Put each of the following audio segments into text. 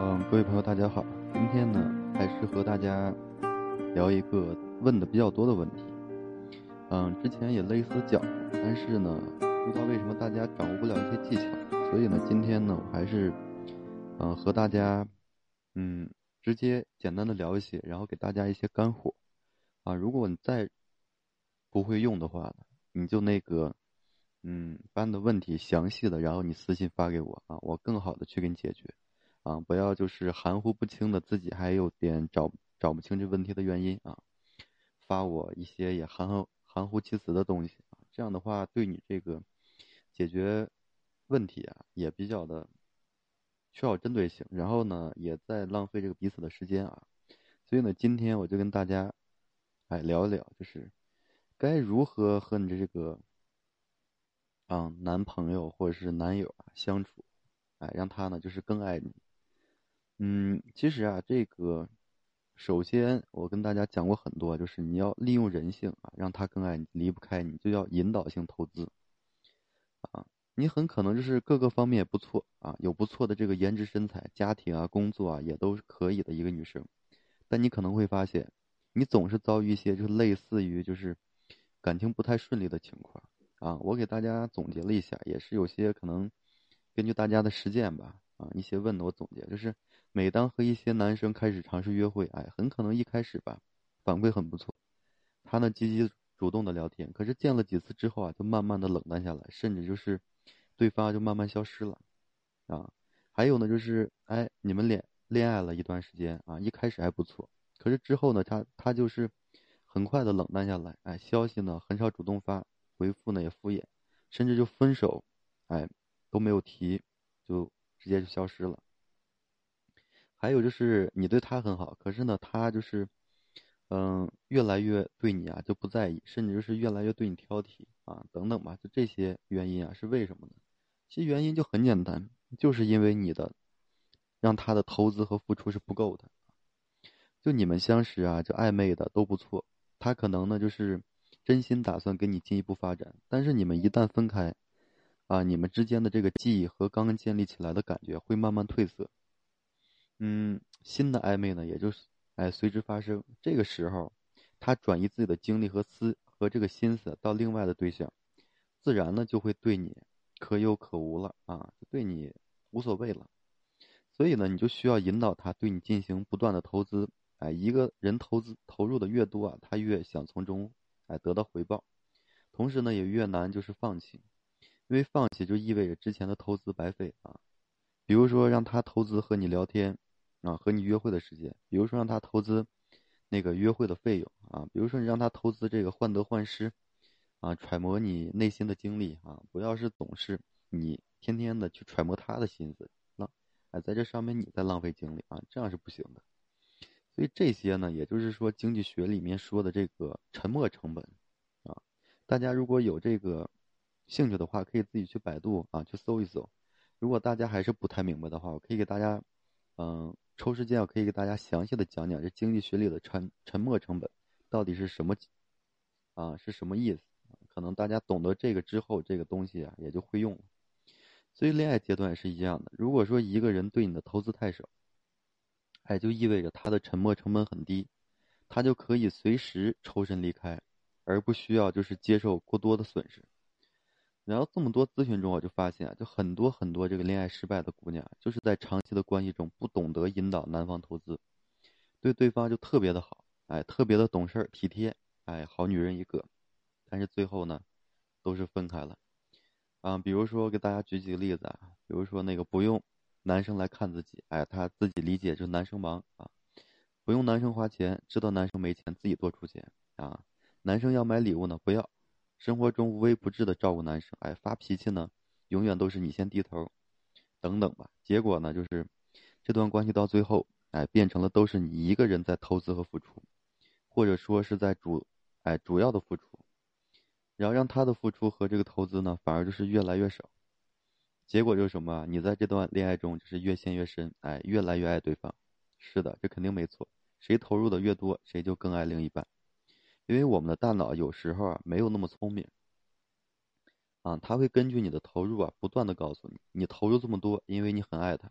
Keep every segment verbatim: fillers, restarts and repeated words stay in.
嗯，各位朋友，大家好。今天呢，还是和大家聊一个问的比较多的问题。嗯，之前也类似讲过，但是呢，不知道为什么大家掌握不了一些技巧，所以呢，今天呢，我还是嗯和大家嗯直接简单的聊一些，然后给大家一些干货啊。如果你再不会用的话呢，你就那个嗯把你的问题详细的，然后你私信发给我啊，我更好的去给你解决。啊，不要就是含糊不清的，自己还有点找找不清这问题的原因啊，发我一些也含糊含糊其辞的东西啊，这样的话对你这个解决问题啊也比较的缺少针对性，然后呢也在浪费这个彼此的时间啊，所以呢今天我就跟大家哎聊一聊，就是该如何和你的这个啊男朋友或者是男友啊相处，哎让他呢就是更爱你。嗯，其实啊，这个首先我跟大家讲过很多，就是你要利用人性啊，让他更爱你，离不开你，就要引导性投资啊。你很可能就是各个方面也不错啊，有不错的这个颜值、身材、家庭啊、工作啊，也都是可以的一个女生。但你可能会发现，你总是遭遇一些就是类似于就是感情不太顺利的情况啊。我给大家总结了一下，也是有些可能根据大家的实践吧啊，一些问的我总结就是，每当和一些男生开始尝试约会，哎，很可能一开始吧反馈很不错，他呢积极主动的聊天，可是见了几次之后啊，就慢慢的冷淡下来，甚至就是对方就慢慢消失了啊。还有呢，就是哎，你们恋恋爱了一段时间啊，一开始还不错，可是之后呢，他他就是很快的冷淡下来，哎，消息呢很少主动发，回复呢也敷衍，甚至就分手，哎都没有提，就直接就消失了。还有就是你对他很好，可是呢，他就是嗯越来越对你啊就不在意，甚至就是越来越对你挑剔啊等等吧，就这些原因啊是为什么呢？其实原因就很简单，就是因为你的让他的投资和付出是不够的。就你们相识啊，就暧昧的都不错，他可能呢就是真心打算跟你进一步发展，但是你们一旦分开啊，你们之间的这个记忆和刚刚建立起来的感觉会慢慢褪色。嗯，新的暧昧呢，也就是哎随之发生。这个时候，他转移自己的精力和思和这个心思到另外的对象，自然呢就会对你可有可无了啊，就对你无所谓了。所以呢，你就需要引导他对你进行不断的投资。哎，一个人投资投入的越多啊，他越想从中哎得到回报，同时呢也越难就是放弃，因为放弃就意味着之前的投资白费啊。比如说让他投资和你聊天啊，和你约会的时间；比如说让他投资那个约会的费用啊；比如说你让他投资这个患得患失啊，揣摩你内心的经历啊，不要是总是你天天的去揣摩他的心思，浪哎，在这上面你在浪费精力啊，这样是不行的。所以这些呢，也就是说经济学里面说的这个沉没成本啊，大家如果有这个兴趣的话，可以自己去百度啊，去搜一搜。如果大家还是不太明白的话，我可以给大家，嗯，抽时间我可以给大家详细的讲讲这经济学里的沉沉没成本到底是什么啊，是什么意思？可能大家懂得这个之后，这个东西啊也就会用了。所以恋爱阶段也是一样的，如果说一个人对你的投资太少，哎，就意味着他的沉没成本很低，他就可以随时抽身离开，而不需要就是接受过多的损失。然后这么多咨询中，我就发现啊，就很多很多这个恋爱失败的姑娘，就是在长期的关系中不懂得引导男方投资，对对方就特别的好，哎，特别的懂事儿体贴，哎，好女人一个，但是最后呢，都是分开了。啊，比如说给大家举几个例子啊，比如说那个不用男生来看自己，哎，他自己理解就是男生忙啊，不用男生花钱，知道男生没钱自己多出钱啊，男生要买礼物呢不要，生活中无微不至的照顾男生，哎，发脾气呢永远都是你先低头，等等吧，结果呢就是这段关系到最后，哎，变成了都是你一个人在投资和付出，或者说是在主，哎，主要的付出。然后让他的付出和这个投资呢，反而就是越来越少。结果就是什么啊？你在这段恋爱中就是越陷越深，哎，越来越爱对方。是的，这肯定没错。谁投入的越多，谁就更爱另一半。因为我们的大脑有时候啊没有那么聪明啊，他会根据你的投入啊，不断的告诉你，你投入这么多，因为你很爱他，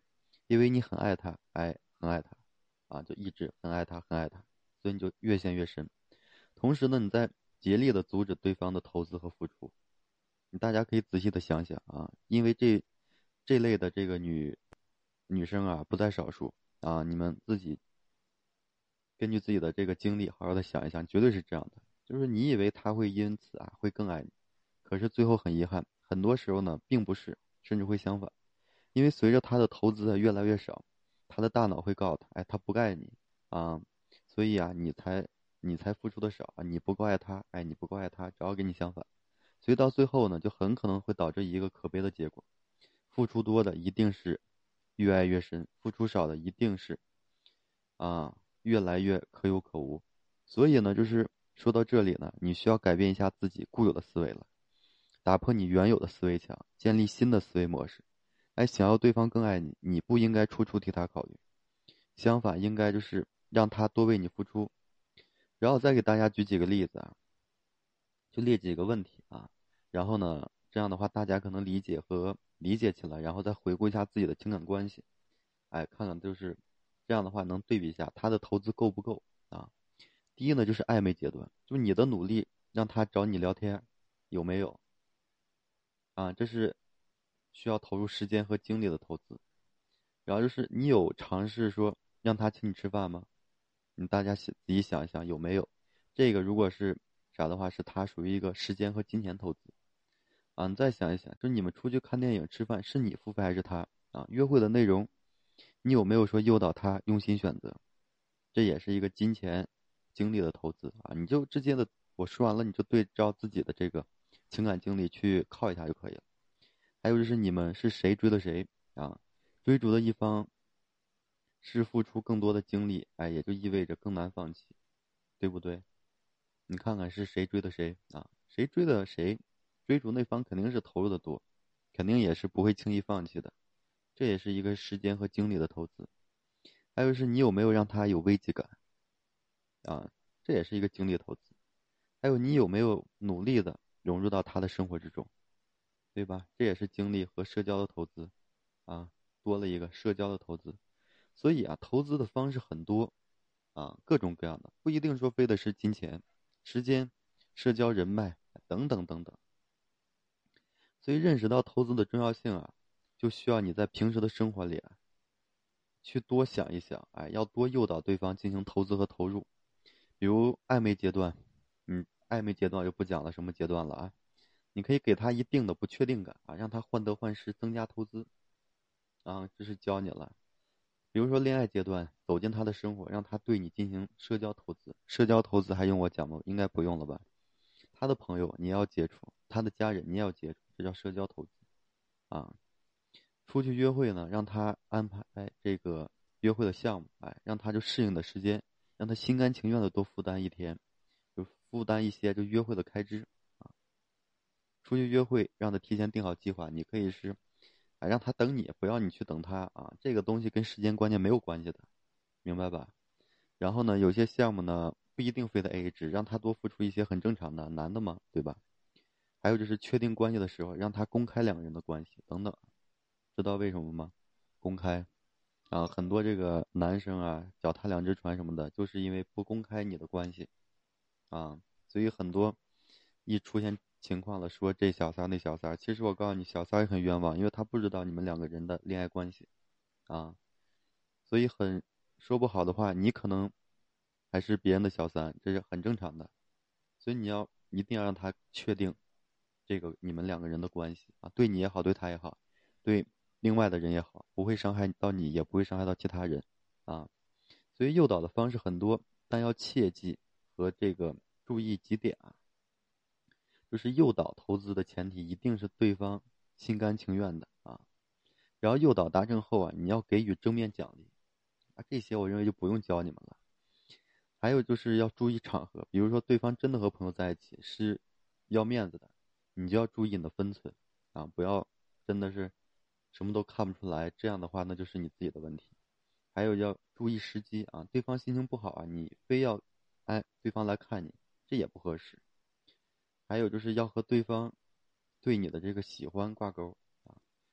因为你很爱他，哎，很爱他，啊，就一直很爱他，很爱他，所以你就越陷越深。同时呢，你在竭力的阻止对方的投资和付出。你大家可以仔细的想想啊，因为这这类的这个女女生啊不在少数啊，你们自己根据自己的这个经历好好的想一想，绝对是这样的。就是你以为他会因此啊会更爱你，可是最后很遗憾，很多时候呢并不是，甚至会相反。因为随着他的投资啊越来越少，他的大脑会告诉他，哎，他不爱你啊，所以啊你才你才付出的少啊，你不够爱他，哎，你不够爱他，只要跟你相反。所以到最后呢，就很可能会导致一个可悲的结果：付出多的一定是越爱越深，付出少的一定是啊越来越可有可无。所以呢，就是说到这里呢，你需要改变一下自己固有的思维了，打破你原有的思维墙，建立新的思维模式。哎，想要对方更爱你，你不应该处处替他考虑，相反，应该就是让他多为你付出。然后再给大家举几个例子啊，就列几个问题啊，然后呢，这样的话大家可能理解和理解起来，然后再回顾一下自己的情感关系，哎，看看就是这样的话能对比一下他的投资够不够啊。第一呢，就是暧昧阶段，就是你的努力让他找你聊天，有没有啊？这是需要投入时间和精力的投资。然后就是你有尝试说让他请你吃饭吗？你大家仔细想一想有没有？这个如果是啥的话，是他属于一个时间和金钱投资啊。你再想一想，就你们出去看电影、吃饭，是你付费还是他啊？约会的内容，你有没有说诱导他用心选择？这也是一个金钱、精力的投资啊。你就直接的，我说完了，你就对照自己的这个情感经历去靠一下就可以了。还有就是你们是谁追的谁啊？追逐的一方是付出更多的精力，哎，也就意味着更难放弃，对不对？你看看是谁追的谁啊？谁追的谁，追逐那方肯定是投入的多，肯定也是不会轻易放弃的，这也是一个时间和精力的投资。还有是你有没有让他有危机感啊？这也是一个精力投资。还有你有没有努力的融入到他的生活之中，对吧？这也是精力和社交的投资啊，多了一个社交的投资。所以啊，投资的方式很多啊，各种各样的，不一定说非得是金钱、时间、社交、人脉等等等等。所以认识到投资的重要性啊，就需要你在平时的生活里啊，去多想一想，哎，要多诱导对方进行投资和投入。比如暧昧阶段，嗯，暧昧阶段就不讲了什么阶段了啊，你可以给他一定的不确定感啊，让他患得患失，增加投资啊，这是教你了。比如说恋爱阶段，走进他的生活，让他对你进行社交投资。社交投资还用我讲吗？应该不用了吧？他的朋友你要接触，他的家人你也要接触，这叫社交投资啊。出去约会呢，让他安排哎这个约会的项目，哎，让他就适应的时间，让他心甘情愿的多负担一天，就负担一些就约会的开支啊。出去约会，让他提前定好计划，你可以是，啊，让他等你，不要你去等他啊。这个东西跟时间观念没有关系的，明白吧？然后呢，有些项目呢不一定非得 A A 制，让他多付出一些很正常的，男的嘛，对吧？还有就是确定关系的时候，让他公开两个人的关系等等，知道为什么吗？公开啊，很多这个男生啊，脚踏两只船什么的，就是因为不公开你的关系啊，所以很多一出现情况了，说这小三那小三，其实我告诉你，小三也很冤枉，因为他不知道你们两个人的恋爱关系啊，所以很说不好的话，你可能还是别人的小三，这是很正常的，所以你要一定要让他确定这个你们两个人的关系啊，对你也好，对他也好，对另外的人也好，不会伤害到你，也不会伤害到其他人啊。所以诱导的方式很多，但要切记和这个注意几点啊，就是诱导投资的前提一定是对方心甘情愿的啊。然后诱导达成后啊，你要给予正面奖励啊，这些我认为就不用教你们了。还有就是要注意场合，比如说对方真的和朋友在一起是要面子的，你就要注意你的分寸啊，不要真的是什么都看不出来，这样的话那就是你自己的问题。还有要注意时机啊，对方心情不好啊，你非要哎对方来看你，这也不合适。还有就是要和对方对你的这个喜欢挂钩啊，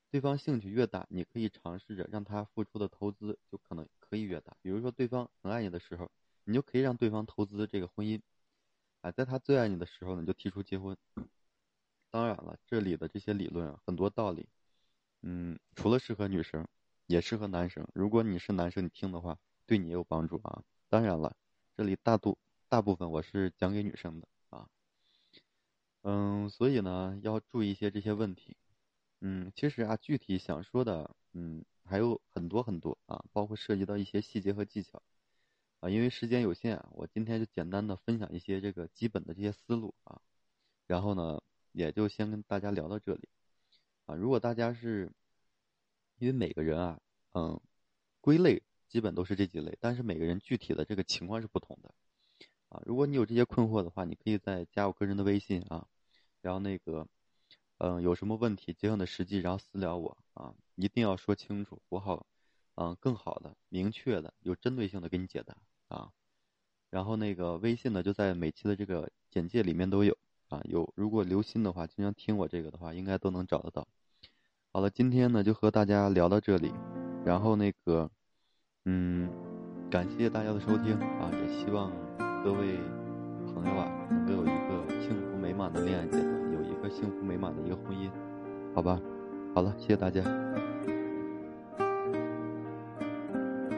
对方兴趣越大，你可以尝试着让他付出的投资就可能可以越大。比如说对方很爱你的时候，你就可以让对方投资这个婚姻，啊，在他最爱你的时候呢，你就提出结婚。当然了，这里的这些理论啊，很多道理，嗯，除了适合女生，也适合男生。如果你是男生，你听的话，对你也有帮助啊。当然了，这里大度大部分我是讲给女生的啊，嗯，所以呢，要注意一些这些问题。嗯，其实啊，具体想说的，嗯，还有很多很多啊，包括涉及到一些细节和技巧啊。因为时间有限啊，我今天就简单的分享一些这个基本的这些思路啊，然后呢，也就先跟大家聊到这里啊。如果大家是，因为每个人啊，嗯，归类基本都是这几类，但是每个人具体的这个情况是不同的啊。如果你有这些困惑的话，你可以再加我个人的微信啊，然后那个。嗯，有什么问题结合你的实际，然后私聊我啊，一定要说清楚，我好，嗯，更好的、明确的、有针对性的给你解答啊。然后那个微信呢，就在每期的这个简介里面都有啊，有如果留心的话，经常听我这个的话，应该都能找得到。好了，今天呢就和大家聊到这里，然后那个，嗯，感谢大家的收听啊，也希望各位朋友啊能够有一个幸福美满的恋爱阶段，有一个幸福美满的一个婚姻，好吧？好了，谢谢大家。